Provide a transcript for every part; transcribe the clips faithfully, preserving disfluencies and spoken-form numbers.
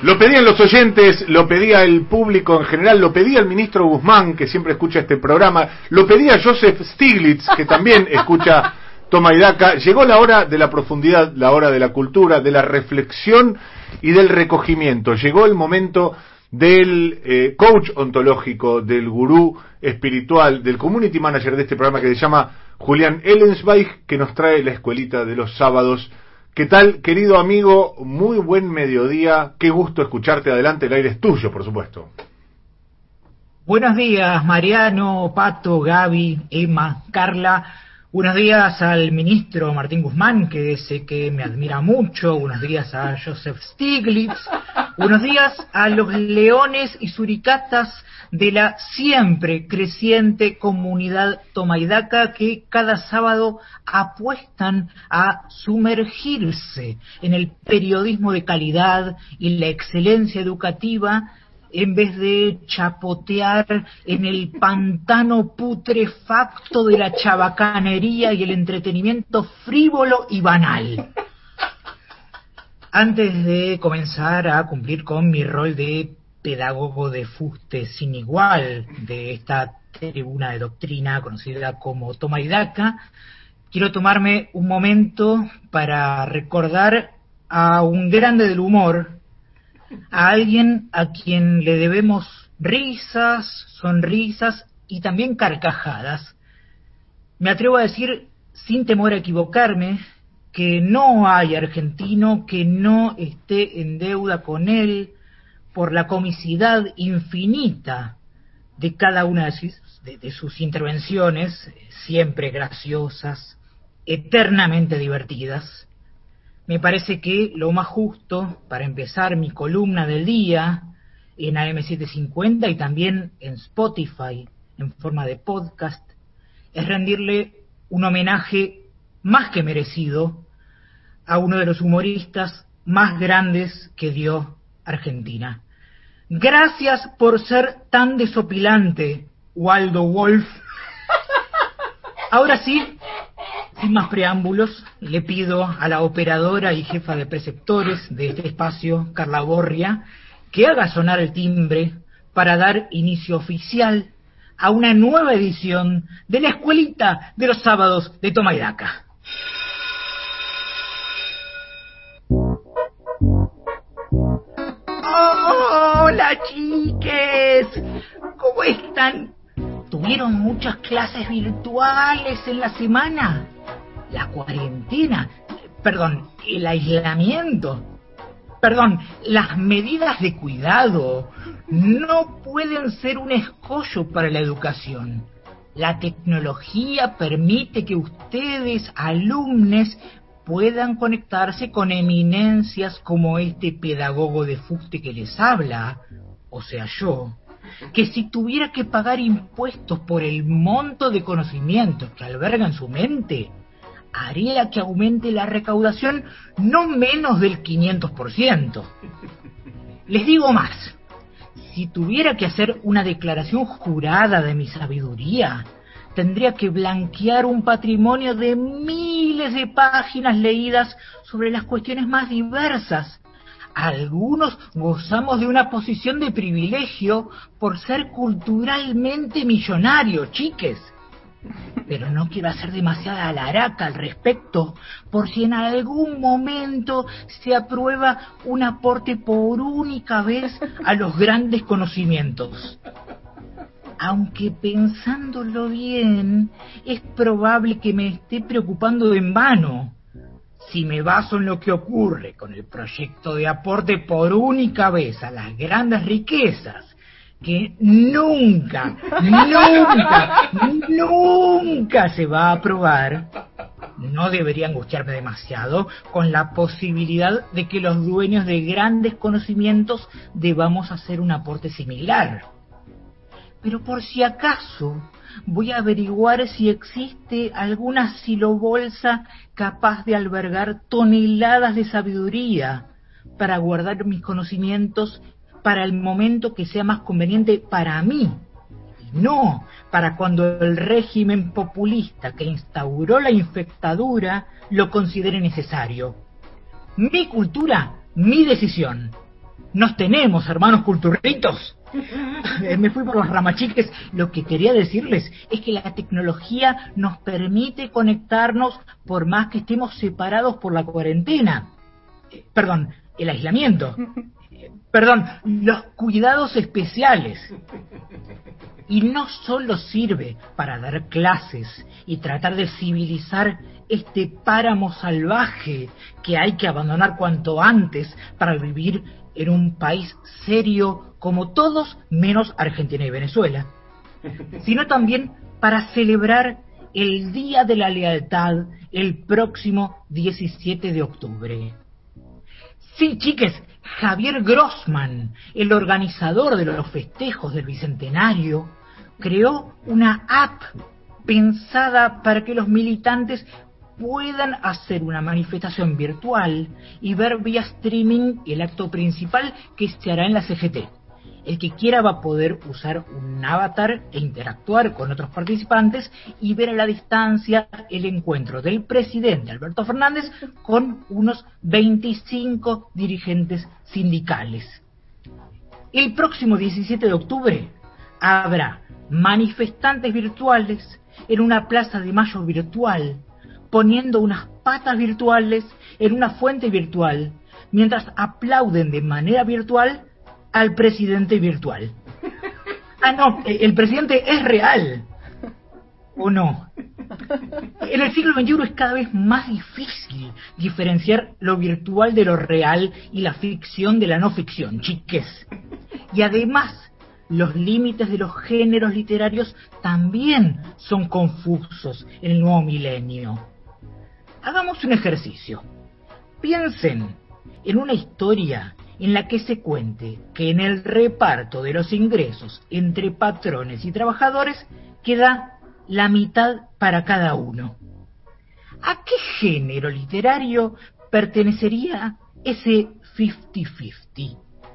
Lo pedían los oyentes, lo pedía el público en general, lo pedía el ministro Guzmán, que siempre escucha este programa, lo pedía Joseph Stiglitz, que también escucha Toma y Daca. Llegó la hora de la profundidad, la hora de la cultura, de la reflexión y del recogimiento. Llegó el momento del eh, coach ontológico, del gurú espiritual, del community manager de este programa, que se llama Julián Ellensweig, que nos trae la escuelita de los sábados. ¿Qué tal, querido amigo? Muy buen mediodía. Qué gusto escucharte. Adelante, el aire es tuyo, por supuesto. Buenos días, Mariano, Pato, Gaby, Emma, Carla. Buenos días al ministro Martín Guzmán, que sé que me admira mucho. Buenos días a Joseph Stiglitz. Buenos días a los leones y suricatas de la siempre creciente comunidad Toma y Daca, que cada sábado apuestan a sumergirse en el periodismo de calidad y la excelencia educativa, en vez de chapotear en el pantano putrefacto de la chabacanería y el entretenimiento frívolo y banal. Antes de comenzar a cumplir con mi rol de pedagogo de fuste sin igual de esta tribuna de doctrina conocida como Toma y Daca, quiero tomarme un momento para recordar a un grande del humor, a alguien a quien le debemos risas, sonrisas y también carcajadas. Me atrevo a decir, sin temor a equivocarme, que no hay argentino que no esté en deuda con él por la comicidad infinita de cada una de sus, de, de sus intervenciones, siempre graciosas, eternamente divertidas. Me parece que lo más justo para empezar mi columna del día en A M setecientos cincuenta y también en Spotify en forma de podcast es rendirle un homenaje más que merecido a uno de los humoristas más grandes que dio Argentina. Gracias por ser tan desopilante, Waldo Wolf. Ahora sí, sin más preámbulos, le pido a la operadora y jefa de preceptores de este espacio, Carla Borria, que haga sonar el timbre para dar inicio oficial a una nueva edición de la escuelita de los sábados de Toma y Daca. ¡Hola, chiques! ¿Cómo están? ¿Tuvieron muchas clases virtuales en la semana? La cuarentena, perdón, el aislamiento, perdón, las medidas de cuidado no pueden ser un escollo para la educación. La tecnología permite que ustedes, alumnos, puedan conectarse con eminencias como este pedagogo de fuste que les habla, o sea yo, que si tuviera que pagar impuestos por el monto de conocimientos que alberga en su mente, haría que aumente la recaudación no menos del quinientos por ciento. Les digo más, si tuviera que hacer una declaración jurada de mi sabiduría, tendría que blanquear un patrimonio de miles de páginas leídas sobre las cuestiones más diversas. Algunos gozamos de una posición de privilegio por ser culturalmente millonarios, chiques. Pero no quiero hacer demasiada alaraca al respecto, por si en algún momento se aprueba un aporte por única vez a los grandes conocimientos. Aunque pensándolo bien, es probable que me esté preocupando en vano. Si me baso en lo que ocurre con el proyecto de aporte por única vez a las grandes riquezas, que nunca, nunca, nunca se va a aprobar, no debería angustiarme demasiado con la posibilidad de que los dueños de grandes conocimientos debamos hacer un aporte similar. Pero por si acaso, voy a averiguar si existe alguna silobolsa capaz de albergar toneladas de sabiduría para guardar mis conocimientos para el momento que sea más conveniente para mí, y no para cuando el régimen populista que instauró la infectadura lo considere necesario. Mi cultura, mi decisión. nos tenemos, hermanos culturritos. Eh, Me fui por las ramachiques. Lo que quería decirles es que la tecnología nos permite conectarnos por más que estemos separados por la cuarentena. Eh, perdón, el aislamiento. Eh, perdón, los cuidados especiales. Y no solo sirve para dar clases y tratar de civilizar este páramo salvaje que hay que abandonar cuanto antes para vivir en un país serio como todos menos Argentina y Venezuela, sino también para celebrar el Día de la Lealtad el próximo diecisiete de octubre. Sí, chiques, Javier Grossman, el organizador de los festejos del Bicentenario, creó una app pensada para que los militantes puedan hacer una manifestación virtual y ver vía streaming el acto principal que se hará en la C G T. El que quiera va a poder usar un avatar e interactuar con otros participantes y ver a la distancia el encuentro del presidente Alberto Fernández con unos veinticinco dirigentes sindicales. El próximo diecisiete de octubre habrá manifestantes virtuales en una plaza de mayo virtual, poniendo unas patas virtuales en una fuente virtual, mientras aplauden de manera virtual al presidente virtual. Ah, no, el presidente es real. ¿O no? En el siglo veintiuno es cada vez más difícil diferenciar lo virtual de lo real y la ficción de la no ficción, chiques. Y además, los límites de los géneros literarios también son confusos en el nuevo milenio. Hagamos un ejercicio. Piensen en una historia en la que se cuente que en el reparto de los ingresos entre patrones y trabajadores queda la mitad para cada uno. ¿A qué género literario pertenecería ese cincuenta cincuenta?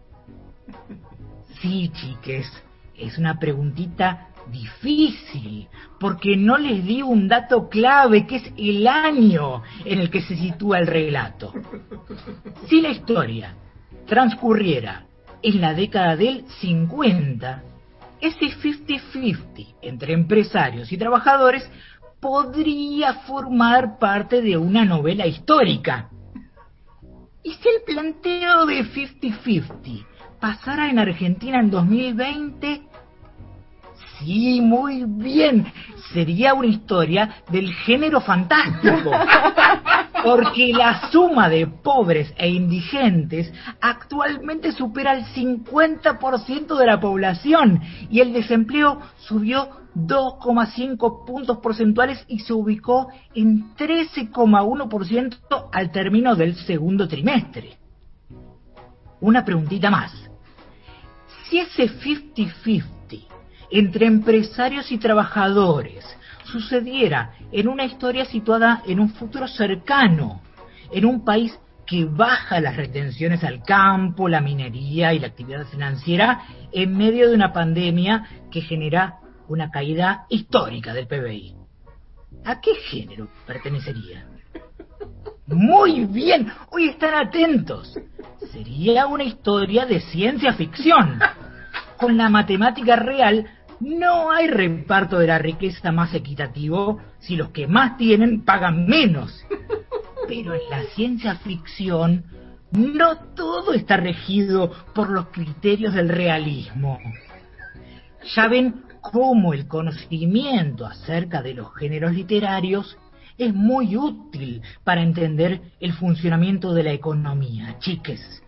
Sí, chiques, es una preguntita difícil, porque no les di un dato clave, que es el año en el que se sitúa el relato. Si la historia transcurriera en la década del cincuenta, ese cincuenta cincuenta entre empresarios y trabajadores podría formar parte de una novela histórica. ¿Y si el planteo de cincuenta cincuenta pasara en Argentina en dos mil veinte? Sí, muy bien. Sería una historia del género fantástico. Porque la suma de pobres e indigentes actualmente supera el cincuenta por ciento de la población y el desempleo subió dos coma cinco puntos porcentuales y se ubicó en trece coma uno por ciento al término del segundo trimestre. Una preguntita más. Si ese cincuenta cincuenta entre empresarios y trabajadores sucediera en una historia situada en un futuro cercano, en un país que baja las retenciones al campo, la minería y la actividad financiera en medio de una pandemia que genera una caída histórica del P B I, ¿a qué género pertenecería? Muy bien, hoy están atentos. Sería una historia de ciencia ficción. Con la matemática real no hay reparto de la riqueza más equitativo si los que más tienen pagan menos. Pero en la ciencia ficción no todo está regido por los criterios del realismo. Ya ven cómo el conocimiento acerca de los géneros literarios es muy útil para entender el funcionamiento de la economía, chiques.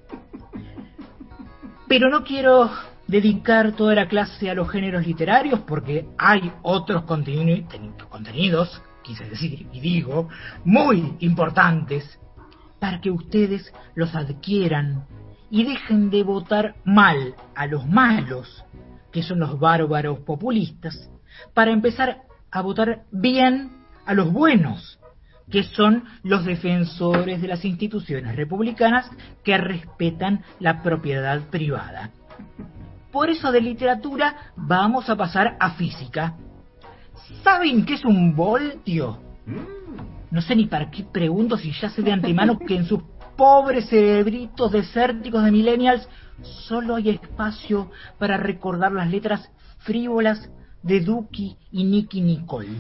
Pero no quiero dedicar toda la clase a los géneros literarios porque hay otros contenido, contenidos, quise decir y digo, muy importantes para que ustedes los adquieran y dejen de votar mal a los malos, que son los bárbaros populistas, para empezar a votar bien a los buenos, que son los defensores de las instituciones republicanas que respetan la propiedad privada. Por eso de literatura vamos a pasar a física. ¿Saben qué es un voltio? No sé ni para qué pregunto si ya sé de antemano que en sus pobres cerebritos desérticos de millennials solo hay espacio para recordar las letras frívolas de Duki y Nicky Nicole.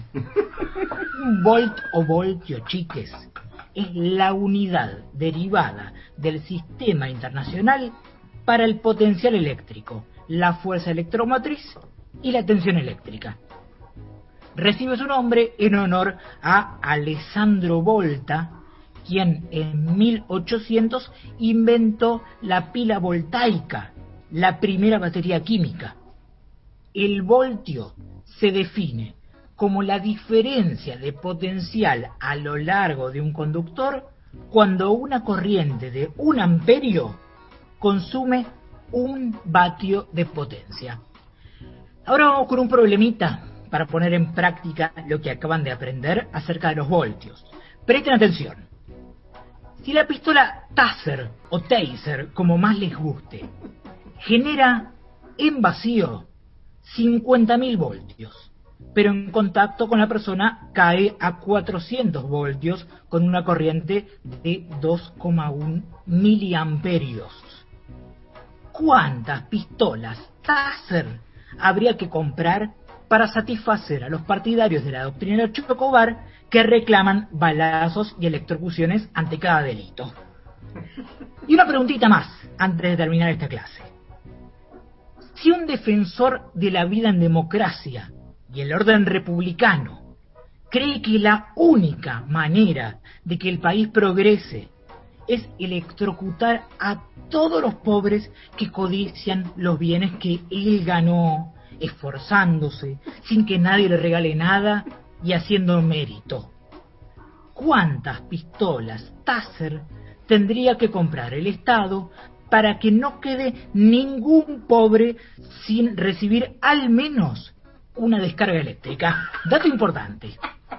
Un volt o voltio, chiques, es la unidad derivada del sistema internacional para el potencial eléctrico, la fuerza electromotriz y la tensión eléctrica. Recibe su nombre en honor a Alessandro Volta, quien en mil ochocientos inventó la pila voltaica, la primera batería química. El voltio se define como la diferencia de potencial a lo largo de un conductor cuando una corriente de un amperio consume un vatio de potencia. Ahora vamos con un problemita para poner en práctica lo que acaban de aprender acerca de los voltios. Presten atención. Si la pistola Taser o Taser, como más les guste, genera en vacío cincuenta mil voltios, pero en contacto con la persona cae a cuatrocientos voltios con una corriente de dos coma uno miliamperios. ¿Cuántas pistolas Taser habría que comprar para satisfacer a los partidarios de la doctrina de Chocobar que reclaman balazos y electrocuciones ante cada delito? Y una preguntita más antes de terminar esta clase. Si un defensor de la vida en democracia y el orden republicano cree que la única manera de que el país progrese es electrocutar a todos los pobres que codician los bienes que él ganó, esforzándose, sin que nadie le regale nada y haciendo mérito, ¿cuántas pistolas Taser tendría que comprar el Estado para que no quede ningún pobre sin recibir al menos una descarga eléctrica? Dato importante.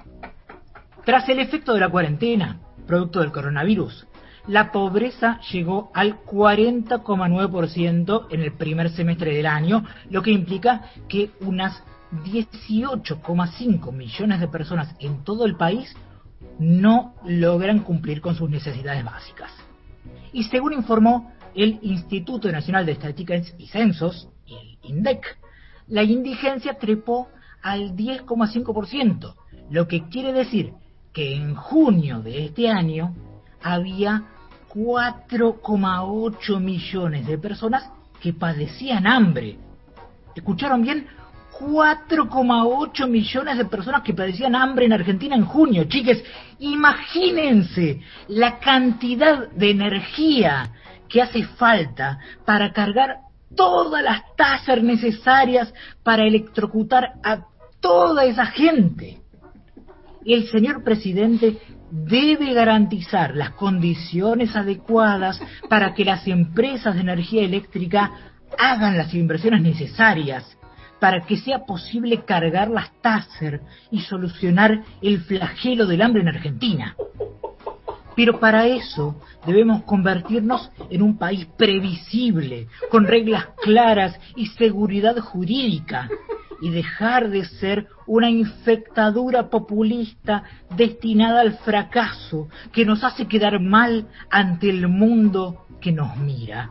Tras el efecto de la cuarentena, producto del coronavirus, la pobreza llegó al cuarenta coma nueve por ciento en el primer semestre del año, lo que implica que unas dieciocho coma cinco millones de personas en todo el país no logran cumplir con sus necesidades básicas. Y según informó el Instituto Nacional de Estadísticas y Censos, y el INDEC, la indigencia trepó al diez coma cinco por ciento, lo que quiere decir que en junio de este año había cuatro coma ocho millones de personas que padecían hambre. ¿Escucharon bien? cuatro coma ocho millones de personas que padecían hambre en Argentina en junio. Chiques, imagínense la cantidad de energía que hace falta para cargar todas las Taser necesarias para electrocutar a toda esa gente. El señor presidente debe garantizar las condiciones adecuadas para que las empresas de energía eléctrica hagan las inversiones necesarias para que sea posible cargar las Taser y solucionar el flagelo del hambre en Argentina. Pero para eso debemos convertirnos en un país previsible, con reglas claras y seguridad jurídica, y dejar de ser una infectadura populista destinada al fracaso que nos hace quedar mal ante el mundo que nos mira.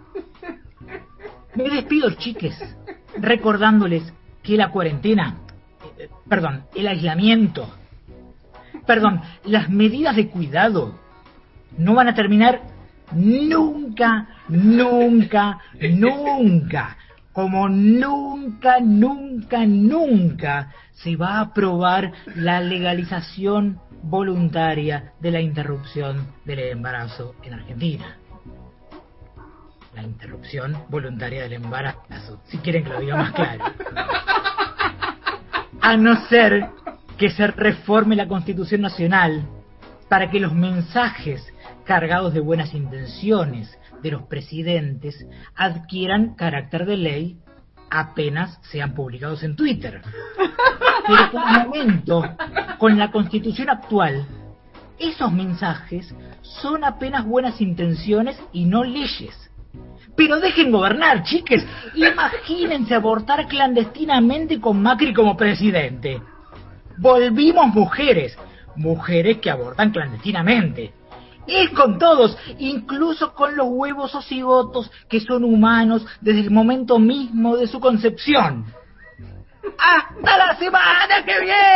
Me despido, chiques, recordándoles que la cuarentena, eh, perdón, el aislamiento, perdón, las medidas de cuidado no van a terminar nunca, nunca, nunca. Como nunca, nunca, nunca se va a aprobar la legalización voluntaria de la interrupción del embarazo en Argentina. La interrupción voluntaria del embarazo, si quieren que lo diga más claro. A no ser que se reforme la Constitución Nacional para que los mensajes cargados de buenas intenciones de los presidentes adquieran carácter de ley apenas sean publicados en Twitter. Pero por el momento, con la Constitución actual, esos mensajes son apenas buenas intenciones y no leyes. Pero dejen gobernar, chiques. Imagínense abortar clandestinamente con Macri como presidente. Volvimos mujeres, mujeres que abortan clandestinamente. Es con todos, incluso con los huevos o cigotos que son humanos desde el momento mismo de su concepción. ¡Hasta la semana que viene!